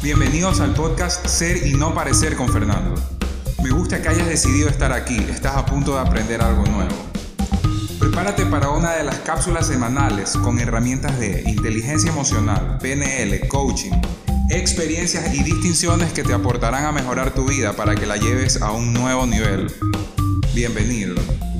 Bienvenidos al podcast Ser y no parecer con Fernando. Me gusta que hayas decidido estar aquí, estás a punto de aprender algo nuevo. Prepárate para una de las cápsulas semanales con herramientas de inteligencia emocional, PNL, coaching, experiencias y distinciones que te aportarán a mejorar tu vida para que la lleves a un nuevo nivel. Bienvenido.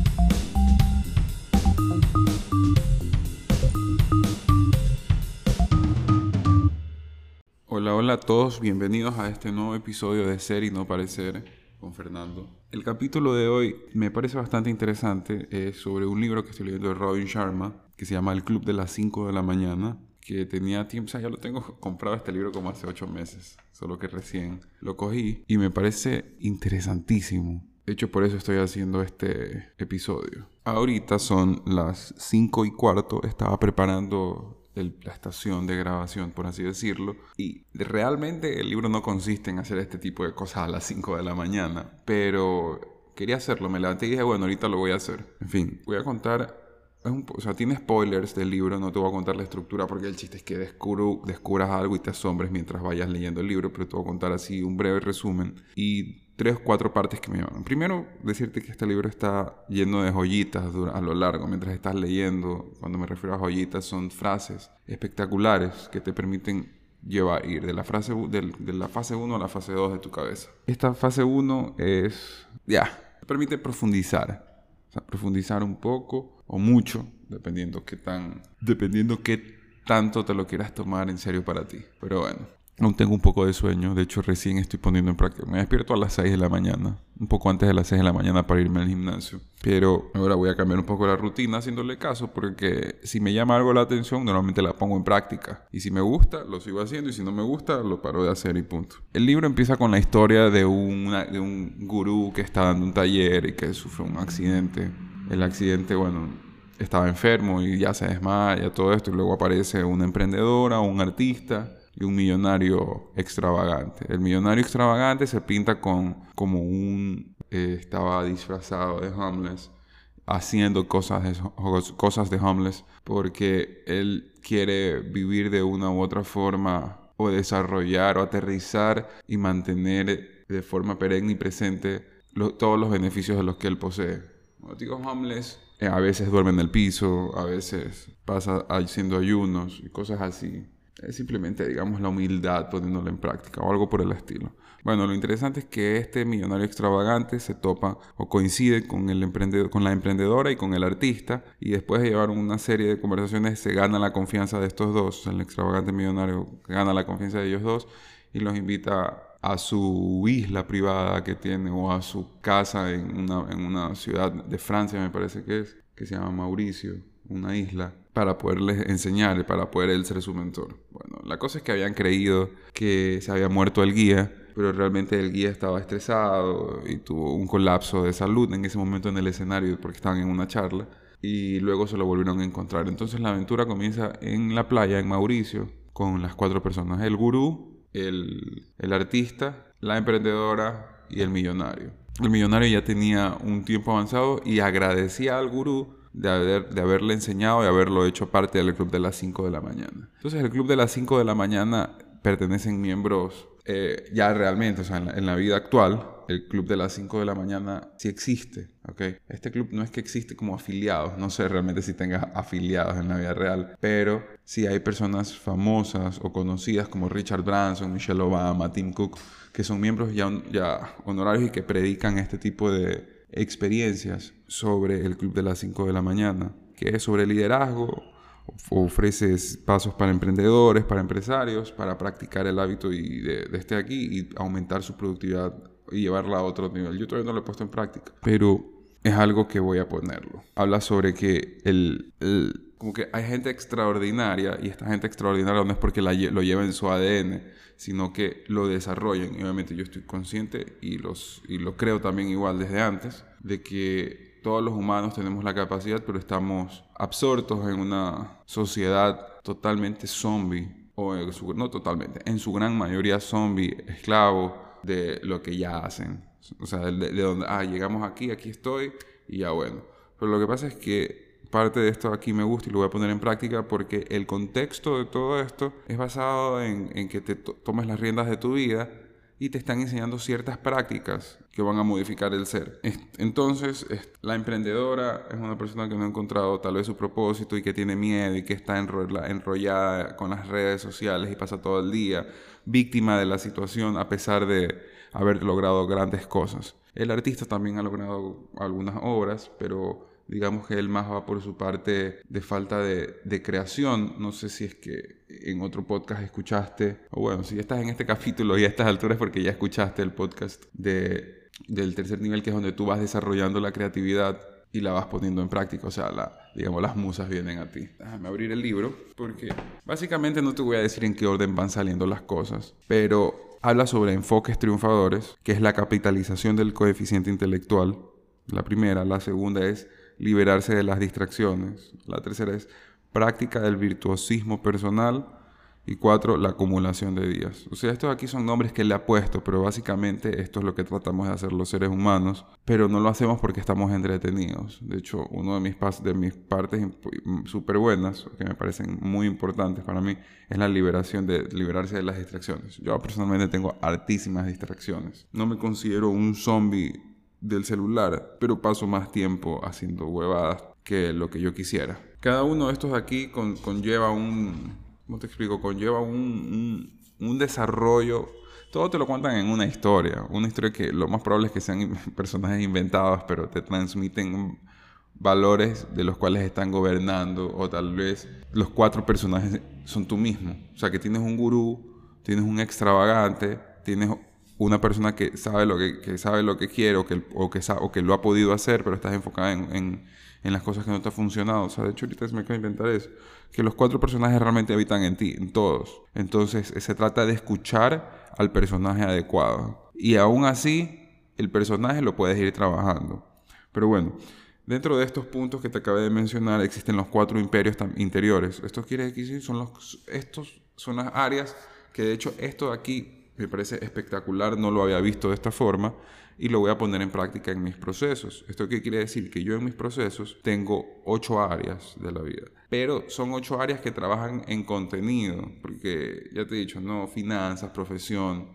Hola a todos, bienvenidos a este nuevo episodio de Ser y no parecer con Fernando. El capítulo de hoy me parece bastante interesante, es sobre un libro que estoy leyendo de Robin Sharma, que se llama El Club de las 5 de la mañana, que tenía tiempo, o sea, ya lo tengo comprado este libro como hace 8 meses, solo que recién lo cogí y me parece interesantísimo. De hecho, por eso estoy haciendo este episodio. Ahorita son las 5:15, estaba preparando la estación de grabación, por así decirlo, y realmente el libro no consiste en hacer este tipo de cosas a las 5 de la mañana, pero quería hacerlo, me levanté y dije, bueno, ahorita lo voy a hacer. En fin, voy a contar, o sea, tiene spoilers del libro, no te voy a contar la estructura porque el chiste es que descubras algo y te asombres mientras vayas leyendo el libro, pero te voy a contar así un breve resumen y 3 o 4 partes que me llaman. Primero, decirte que este libro está lleno de joyitas a lo largo. Mientras estás leyendo, cuando me refiero a joyitas, son frases espectaculares que te permiten ir de la fase 1 a la fase 2 de tu cabeza. Esta fase 1 te permite profundizar. O sea, profundizar un poco o mucho, dependiendo qué tanto te lo quieras tomar en serio para ti. Pero bueno. Aún tengo un poco de sueño, de hecho recién estoy poniendo en práctica. Me despierto a las 6 de la mañana, un poco antes de las 6 de la mañana para irme al gimnasio. Pero ahora voy a cambiar un poco la rutina haciéndole caso porque si me llama algo la atención, normalmente la pongo en práctica. Y si me gusta, lo sigo haciendo y si no me gusta, lo paro de hacer y punto. El libro empieza con la historia de un gurú que está dando un taller y que sufre un accidente. El accidente, estaba enfermo y ya se desmaya, todo esto. Y luego aparece una emprendedora, un artista y un millonario extravagante. El millonario extravagante se pinta estaba disfrazado de homeless, haciendo cosas de homeless, porque él quiere vivir de una u otra forma, o desarrollar, o aterrizar y mantener de forma perenne y presente todos los beneficios de los que él posee. Cuando digo homeless, a veces duerme en el piso, a veces pasa haciendo ayunos y cosas así. Es simplemente, digamos, la humildad poniéndolo en práctica o algo por el estilo. Bueno, lo interesante es que este millonario extravagante se topa o coincide con la emprendedora y con el artista, y después de llevar una serie de conversaciones se gana la confianza de estos dos. El extravagante millonario gana la confianza de ellos dos y los invita a su isla privada que tiene, o a su casa en una ciudad de Francia, me parece que se llama Mauricio, una isla, para poderles enseñar, para poder él ser su mentor. Bueno, la cosa es que habían creído que se había muerto el guía, pero realmente el guía estaba estresado y tuvo un colapso de salud en ese momento en el escenario porque estaban en una charla, y luego se lo volvieron a encontrar. Entonces la aventura comienza en la playa, en Mauricio, con las 4 personas: el gurú, el artista, la emprendedora y el millonario. El millonario ya tenía un tiempo avanzado y agradecía al gurú de haberle enseñado y haberlo hecho parte del Club de las 5 de la mañana. Entonces, el Club de las 5 de la mañana pertenecen miembros ya realmente, o sea, en la vida actual. El Club de las 5 de la mañana sí existe, ¿ok? Este club no es que existe como afiliados, no sé realmente si tenga afiliados en la vida real, pero sí hay personas famosas o conocidas como Richard Branson, Michelle Obama, Tim Cook, que son miembros ya honorarios y que predican este tipo de experiencias sobre el Club de las 5 de la mañana, que es sobre liderazgo. Ofrece pasos para emprendedores, para empresarios, para practicar el hábito de estar aquí y aumentar su productividad y llevarla a otro nivel. Yo todavía no lo he puesto en práctica, pero es algo que voy a ponerlo. Habla sobre que como que hay gente extraordinaria, y esta gente extraordinaria no es porque lo lleva en su ADN, sino que lo desarrollan. Y obviamente yo estoy consciente y lo creo también igual desde antes, de que todos los humanos tenemos la capacidad, pero estamos absortos en una sociedad totalmente zombie, no totalmente, en su gran mayoría zombie, esclavo de lo que ya hacen. O sea, de donde, llegamos aquí estoy y ya bueno. Pero lo que pasa es que parte de esto aquí me gusta y lo voy a poner en práctica porque el contexto de todo esto es basado en que te tomes las riendas de tu vida y te están enseñando ciertas prácticas que van a modificar el ser. Entonces, la emprendedora es una persona que no ha encontrado tal vez su propósito y que tiene miedo y que está enrollada con las redes sociales y pasa todo el día víctima de la situación a pesar de haber logrado grandes cosas. El artista también ha logrado algunas obras, pero digamos que él más va por su parte de falta de creación. No sé si es que en otro podcast escuchaste, o bueno, si ya estás en este capítulo y a estas alturas porque ya escuchaste el podcast del tercer nivel, que es donde tú vas desarrollando la creatividad y la vas poniendo en práctica. O sea, digamos, las musas vienen a ti. Déjame abrir el libro porque básicamente no te voy a decir en qué orden van saliendo las cosas, pero habla sobre enfoques triunfadores, que es la capitalización del coeficiente intelectual. La primera. La segunda es liberarse de las distracciones. La tercera es práctica del virtuosismo personal. Y 4, la acumulación de días. O sea, estos aquí son nombres que le ha puesto, pero básicamente esto es lo que tratamos de hacer los seres humanos, pero no lo hacemos porque estamos entretenidos. De hecho, uno de mis partes súper buenas, que me parecen muy importantes para mí, es la liberarse de las distracciones. Yo personalmente tengo hartísimas distracciones. No me considero un zombie del celular, pero paso más tiempo haciendo huevadas que lo que yo quisiera. Cada uno de estos aquí conlleva ¿cómo te explico? Conlleva un desarrollo. Todo te lo cuentan en una historia. Una historia que lo más probable es que sean personajes inventados, pero te transmiten valores de los cuales están gobernando. O tal vez los 4 personajes son tú mismo. O sea, que tienes un gurú, tienes un extravagante, tienes una persona que sabe lo que quiere o que lo ha podido hacer, pero estás enfocada en las cosas que no te han funcionado. O sea, de hecho ahorita se me acaba de inventar eso. Que los 4 personajes realmente habitan en ti, en todos. Entonces se trata de escuchar al personaje adecuado. Y aún así, el personaje lo puedes ir trabajando. Pero bueno, dentro de estos puntos que te acabé de mencionar, existen los 4 imperios interiores. Esto quiere decir, estos son las áreas que de hecho esto de aquí me parece espectacular, no lo había visto de esta forma y lo voy a poner en práctica en mis procesos. ¿Esto qué quiere decir? Que yo en mis procesos tengo 8 áreas de la vida, pero son 8 áreas que trabajan en contenido, porque ya te he dicho, no, finanzas, profesión,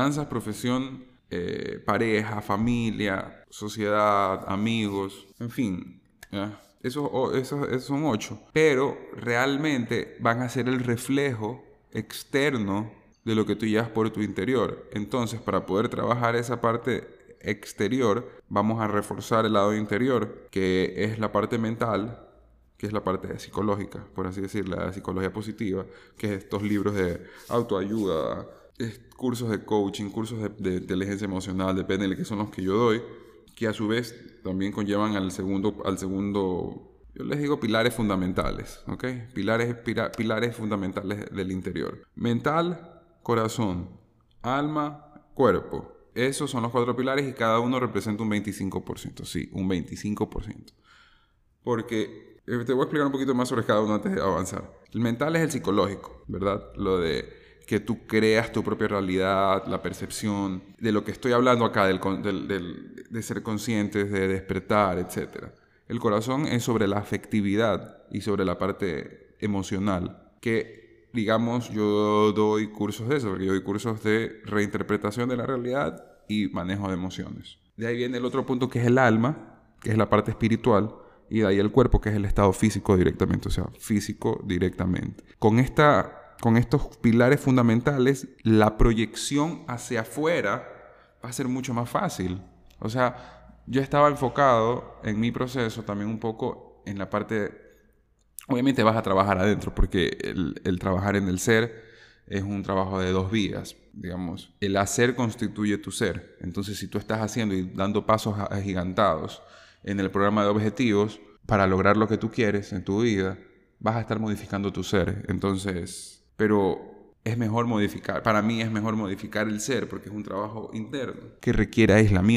pareja, familia, sociedad, amigos, en fin, ¿ya? Esos son 8, pero realmente van a ser el reflejo externo de lo que tú llevas por tu interior. Entonces, para poder trabajar esa parte exterior, vamos a reforzar el lado interior, que es la parte mental, que es la parte psicológica, por así decirlo, la psicología positiva, que es estos libros de autoayuda, cursos de coaching, cursos de inteligencia emocional, depende de qué son los que yo doy, que a su vez también conllevan al segundo, yo les digo pilares fundamentales, ¿ok? Pilares fundamentales del interior. Mental, corazón, alma, cuerpo. Esos son los 4 pilares y cada uno representa un 25%. Sí, un 25%. Porque te voy a explicar un poquito más sobre cada uno antes de avanzar. El mental es el psicológico, ¿verdad? Lo de que tú creas tu propia realidad, la percepción, de lo que estoy hablando acá, de ser conscientes, de despertar, etc. El corazón es sobre la afectividad y sobre la parte emocional, que digamos yo doy cursos de eso, porque yo doy cursos de reinterpretación de la realidad y manejo de emociones. De ahí viene el otro punto que es el alma, que es la parte espiritual, y de ahí el cuerpo, que es el estado físico directamente, o sea, físico directamente. Con estos pilares fundamentales, la proyección hacia afuera va a ser mucho más fácil. O sea, yo estaba enfocado en mi proceso también un poco en la parte. Obviamente vas a trabajar adentro, porque el trabajar en el ser es un trabajo de 2 vías. Digamos, el hacer constituye tu ser. Entonces, si tú estás haciendo y dando pasos agigantados en el programa de objetivos para lograr lo que tú quieres en tu vida, vas a estar modificando tu ser. Entonces, pero es mejor modificar, para mí es mejor modificar el ser, porque es un trabajo interno que requiere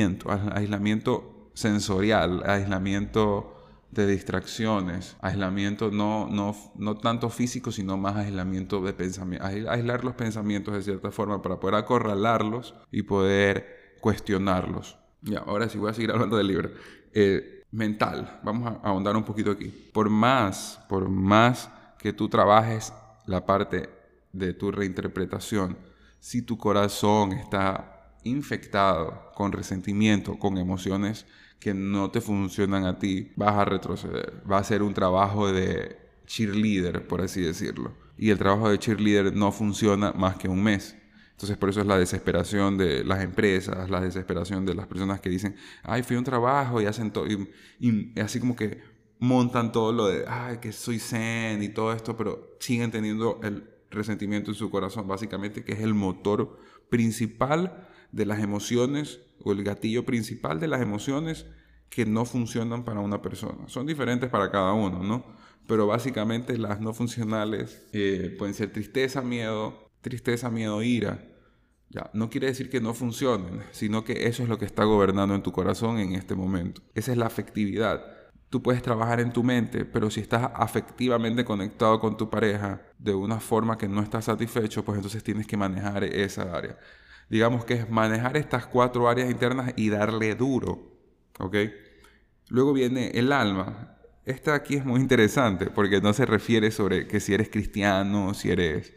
aislamiento sensorial, aislamiento de distracciones, aislamiento no tanto físico, sino más aislamiento de pensamiento, aislar los pensamientos de cierta forma para poder acorralarlos y poder cuestionarlos. Ya, ahora sí voy a seguir hablando del libro. mental. Vamos a ahondar un poquito aquí. Por más que tú trabajes la parte de tu reinterpretación, si tu corazón está infectado con resentimiento, con emociones que no te funcionan a ti, vas a retroceder. Va a ser un trabajo de cheerleader, por así decirlo. Y el trabajo de cheerleader no funciona más que un mes. Entonces, por eso es la desesperación de las empresas, la desesperación de las personas que dicen, ay, fui a un trabajo y hacen todo, y así como que montan todo lo de, ay, que soy zen y todo esto, pero siguen teniendo el resentimiento en su corazón, básicamente, que es el motor principal de las emociones, o el gatillo principal de las emociones que no funcionan para una persona. Son diferentes para cada uno, ¿no? Pero básicamente las no funcionales pueden ser tristeza, miedo, ira. Ya, no quiere decir que no funcionen, sino que eso es lo que está gobernando en tu corazón en este momento. Esa es la afectividad. Tú puedes trabajar en tu mente, pero si estás afectivamente conectado con tu pareja de una forma que no estás satisfecho, pues entonces tienes que manejar esa área. Digamos que es manejar estas 4 áreas internas y darle duro, ¿ok? Luego viene el alma. Esta aquí es muy interesante porque no se refiere sobre que si eres cristiano, si eres,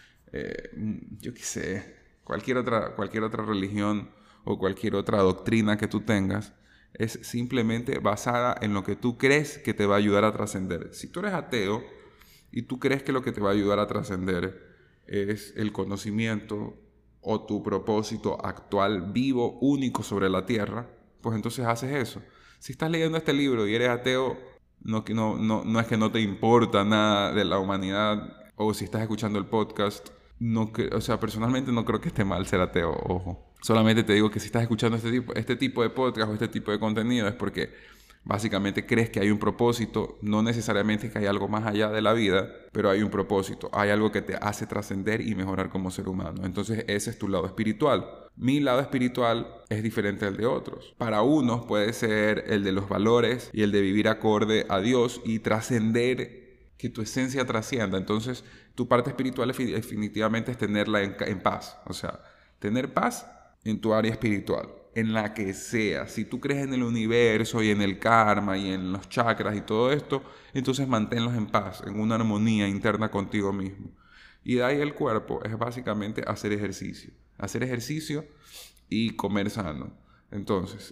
yo qué sé, cualquier otra religión o cualquier otra doctrina que tú tengas. Es simplemente basada en lo que tú crees que te va a ayudar a trascender. Si tú eres ateo y tú crees que lo que te va a ayudar a trascender es el conocimiento o tu propósito actual, vivo, único sobre la tierra, pues entonces haces eso. Si estás leyendo este libro y eres ateo, no es que no te importa nada de la humanidad, o si estás escuchando el podcast, o sea, personalmente no creo que esté mal ser ateo, ojo. Solamente te digo que si estás escuchando este tipo de podcast o este tipo de contenido es porque básicamente crees que hay un propósito, no necesariamente que hay algo más allá de la vida, pero hay un propósito, hay algo que te hace trascender y mejorar como ser humano. Entonces ese es tu lado espiritual. Mi lado espiritual es diferente al de otros. Para unos puede ser el de los valores y el de vivir acorde a Dios y trascender, que tu esencia trascienda. Entonces tu parte espiritual definitivamente es tenerla en paz. O sea, tener paz en tu área espiritual, en la que sea. Si tú crees en el universo y en el karma y en los chakras y todo esto, entonces manténlos en paz, en una armonía interna contigo mismo. Y de ahí el cuerpo es básicamente hacer ejercicio. Hacer ejercicio y comer sano. Entonces,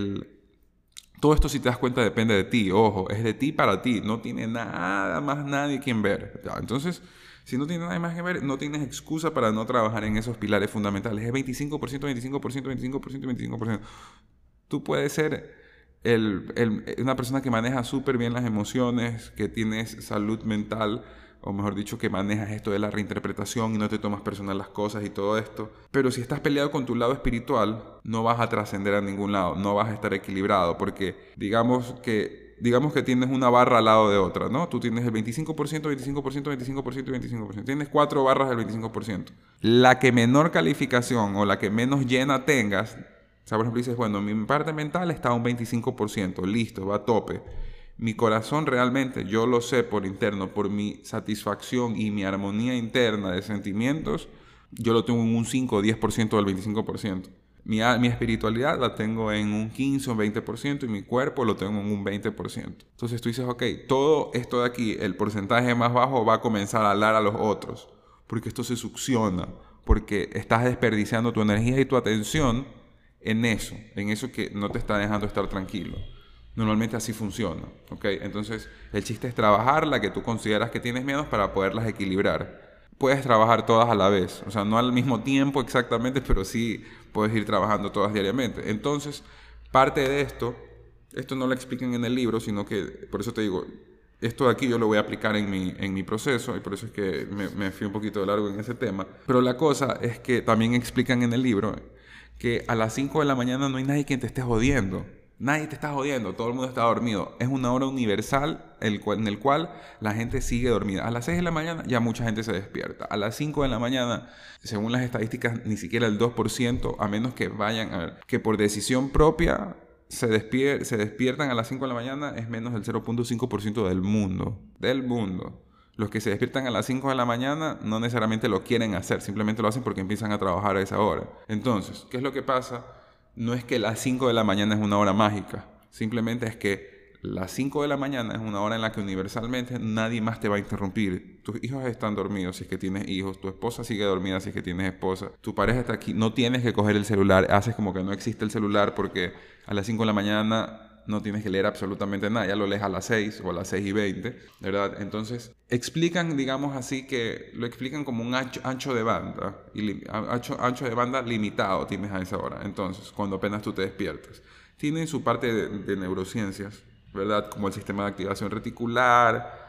todo esto, si te das cuenta, depende de ti. Ojo, es de ti para ti. No tiene nada más nadie quien ver. ¿Ya? Entonces, si no tiene nada más que ver, no tienes excusa para no trabajar en esos pilares fundamentales. Es 25%, 25%, 25%, 25%. Tú puedes ser una persona que maneja súper bien las emociones, que tienes salud mental, o mejor dicho, que manejas esto de la reinterpretación y no te tomas personal las cosas y todo esto. Pero si estás peleado con tu lado espiritual, no vas a trascender a ningún lado, no vas a estar equilibrado, porque digamos que tienes una barra al lado de otra, ¿no? Tú tienes el 25%, 25%, 25% y 25%. Tienes 4 barras del 25%. La que menor calificación o la que menos llena tengas, o sea, por ejemplo, dices, bueno, mi parte mental está a un 25%, listo, va a tope. Mi corazón realmente, yo lo sé por interno, por mi satisfacción y mi armonía interna de sentimientos, yo lo tengo en un 5 o 10% del 25%. Mi espiritualidad la tengo en un 15 o 20% y mi cuerpo lo tengo en un 20%. Entonces tú dices, ok, todo esto de aquí, el porcentaje más bajo va a comenzar a hablar a los otros, porque esto se succiona, porque estás desperdiciando tu energía y tu atención en eso que no te está dejando estar tranquilo. Normalmente así funciona, ¿ok? Entonces, el chiste es trabajar la que tú consideras que tienes miedos para poderlas equilibrar. Puedes trabajar todas a la vez, o sea, no al mismo tiempo exactamente, pero sí puedes ir trabajando todas diariamente. Entonces, parte de esto no lo explican en el libro, sino que, por eso te digo, esto de aquí yo lo voy a aplicar en mi proceso, y por eso es que me fui un poquito de largo en ese tema. Pero la cosa es que también explican en el libro que a las 5 de la mañana no hay nadie quien te esté jodiendo. Nadie te está jodiendo, todo el mundo está dormido. Es una hora universal en el cual la gente sigue dormida. A las 6 de la mañana ya mucha gente se despierta. A las 5 de la mañana, según las estadísticas, ni siquiera el 2%, a menos que vayan a ver, que por decisión propia se despiertan a las 5 de la mañana, es menos del 0.5% del mundo. Del mundo. Los que se despiertan a las 5 de la mañana no necesariamente lo quieren hacer, simplemente lo hacen porque empiezan a trabajar a esa hora. Entonces, ¿qué es lo que pasa? No es que las 5 de la mañana es una hora mágica, Simplemente es que las 5 de la mañana es una hora en la que universalmente nadie más te va a interrumpir. Tus hijos están dormidos si es que tienes hijos, tu esposa sigue dormida si es que tienes esposa, tu pareja está aquí, no tienes que coger el celular, haces como que no existe el celular porque a las 5 de la mañana no tienes que leer absolutamente nada, ya lo lees a las 6 o a las 6:20, ¿verdad? Entonces, explican, digamos así, que lo explican como un ancho de banda, y ancho de banda limitado tienes a esa hora, entonces, cuando apenas tú te despiertas. Tienen su parte de neurociencias, ¿verdad? Como el sistema de activación reticular,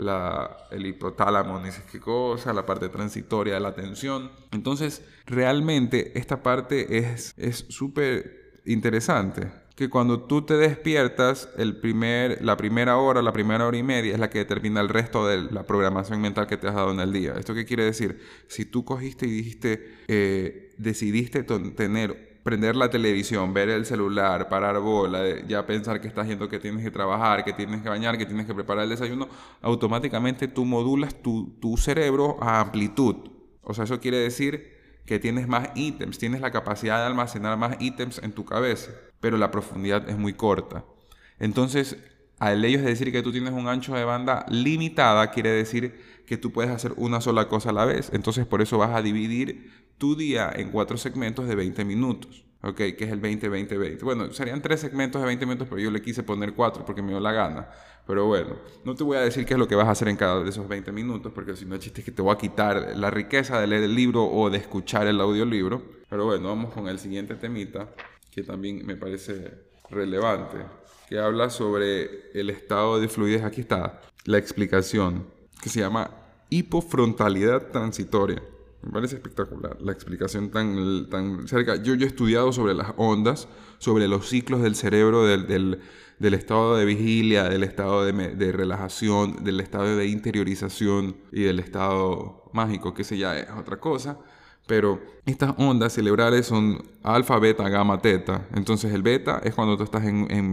el hipotálamo, ni sé qué cosa, la parte transitoria de la atención. Entonces, realmente esta parte es súper interesante. Que cuando tú te despiertas, la primera hora y media es la que determina el resto de la programación mental que te has dado en el día. ¿Esto qué quiere decir? Si tú cogiste y dijiste, decidiste prender la televisión, ver el celular, parar bola, ya pensar que estás yendo, que tienes que trabajar, que tienes que bañar, que tienes que preparar el desayuno, automáticamente tú modulas tu cerebro a amplitud. O sea, eso quiere decir que tienes más ítems, tienes la capacidad de almacenar más ítems en tu cabeza, pero la profundidad es muy corta. Entonces, al ellos decir que tú tienes un ancho de banda limitada, quiere decir que tú puedes hacer una sola cosa a la vez. Entonces, por eso vas a dividir tu día en 4 segmentos de 20 minutos, ¿ok? Que es el 20-20-20. Bueno, serían 3 segmentos de 20 minutos, pero yo le quise poner 4 porque me dio la gana. Pero bueno, no te voy a decir qué es lo que vas a hacer en cada de esos 20 minutos, porque si no, el chiste es que te voy a quitar la riqueza de leer el libro o de escuchar el audiolibro. Pero bueno, vamos con el siguiente temita, que también me parece relevante, que habla sobre el estado de fluidez. Aquí está la explicación, que se llama hipofrontalidad transitoria. Me parece espectacular la explicación tan cerca. Yo he estudiado sobre las ondas, sobre los ciclos del cerebro, del estado de vigilia, del estado de relajación, del estado de interiorización y del estado mágico, que ese ya es otra cosa. Pero estas ondas cerebrales son alfa, beta, gamma, teta. Entonces el beta es cuando tú estás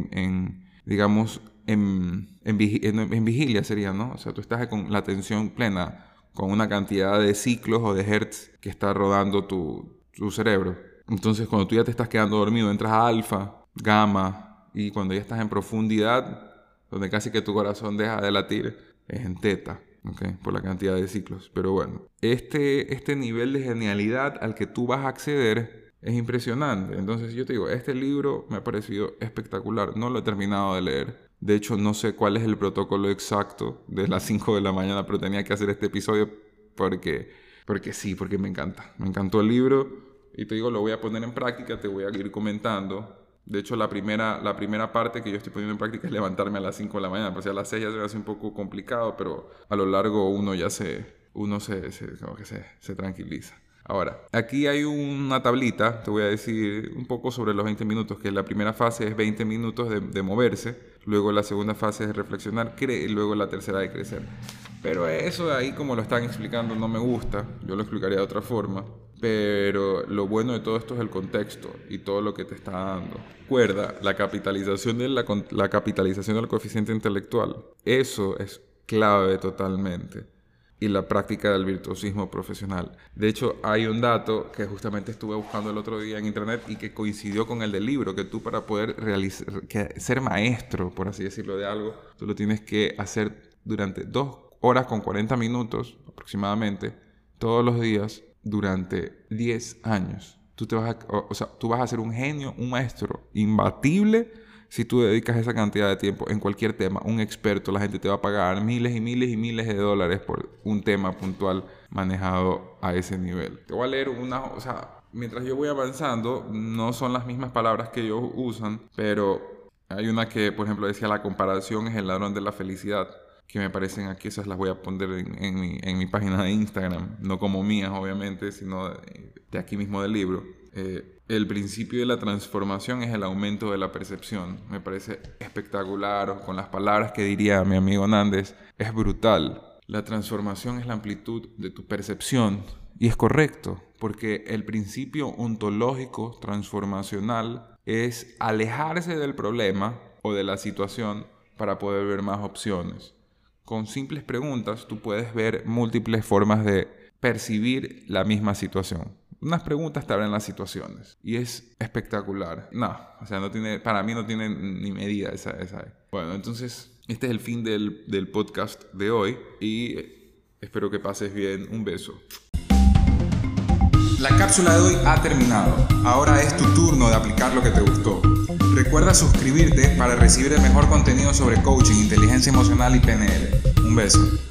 digamos, en vigilia sería, ¿no? O sea, tú estás con la atención plena, con una cantidad de ciclos o de hertz que está rodando tu cerebro. Entonces, cuando tú ya te estás quedando dormido, entras a alfa, gamma, y cuando ya estás en profundidad, donde casi que tu corazón deja de latir, es en teta, ¿okay? Por la cantidad de ciclos. Pero bueno, este nivel de genialidad al que tú vas a acceder es impresionante. Entonces, yo te digo, este libro me ha parecido espectacular. No lo he terminado de leer. De hecho, no sé cuál es el protocolo exacto de las 5 de la mañana, pero tenía que hacer este episodio porque me encanta. Me encantó el libro y te digo, lo voy a poner en práctica, te voy a ir comentando. De hecho, la primera parte que yo estoy poniendo en práctica es levantarme a las 5 de la mañana. Pues a las 6 ya se me hace un poco complicado, pero a lo largo uno como que se tranquiliza. Ahora, aquí hay una tablita, te voy a decir un poco sobre los 20 minutos, que la primera fase es 20 minutos de moverse, luego la segunda fase es reflexionar, y luego la tercera de crecer. Pero eso de ahí, como lo están explicando, no me gusta, yo lo explicaría de otra forma, pero lo bueno de todo esto es el contexto y todo lo que te está dando. Recuerda, la capitalización del coeficiente intelectual, eso es clave totalmente. Y la práctica del virtuosismo profesional. De hecho, hay un dato que justamente estuve buscando el otro día en internet y que coincidió con el del libro, que tú para poder ser maestro, por así decirlo, de algo, tú lo tienes que hacer durante 2 horas con 40 minutos aproximadamente, todos los días, durante 10 años. Tú vas a ser un genio, un maestro imbatible si tú dedicas esa cantidad de tiempo en cualquier tema, un experto. La gente te va a pagar miles y miles y miles de dólares por un tema puntual manejado a ese nivel. Te voy a leer mientras yo voy avanzando, no son las mismas palabras que ellos usan, pero hay una que, por ejemplo, decía: la comparación es el ladrón de la felicidad, que me parecen aquí, esas las voy a poner en mi página de Instagram, no como mías, obviamente, sino de aquí mismo del libro. El principio de la transformación es el aumento de la percepción. Me parece espectacular, o con las palabras que diría mi amigo Nández, es brutal. La transformación es la amplitud de tu percepción. Y es correcto, porque el principio ontológico transformacional es alejarse del problema o de la situación para poder ver más opciones. Con simples preguntas tú puedes ver múltiples formas de percibir la misma situación. Unas preguntas te abren las situaciones. Y es espectacular. No, o sea, para mí no tiene ni medida esa. Bueno, entonces, este es el fin del podcast de hoy. Y espero que pases bien. Un beso. La cápsula de hoy ha terminado. Ahora es tu turno de aplicar lo que te gustó. Recuerda suscribirte para recibir el mejor contenido sobre coaching, inteligencia emocional y PNL. Un beso.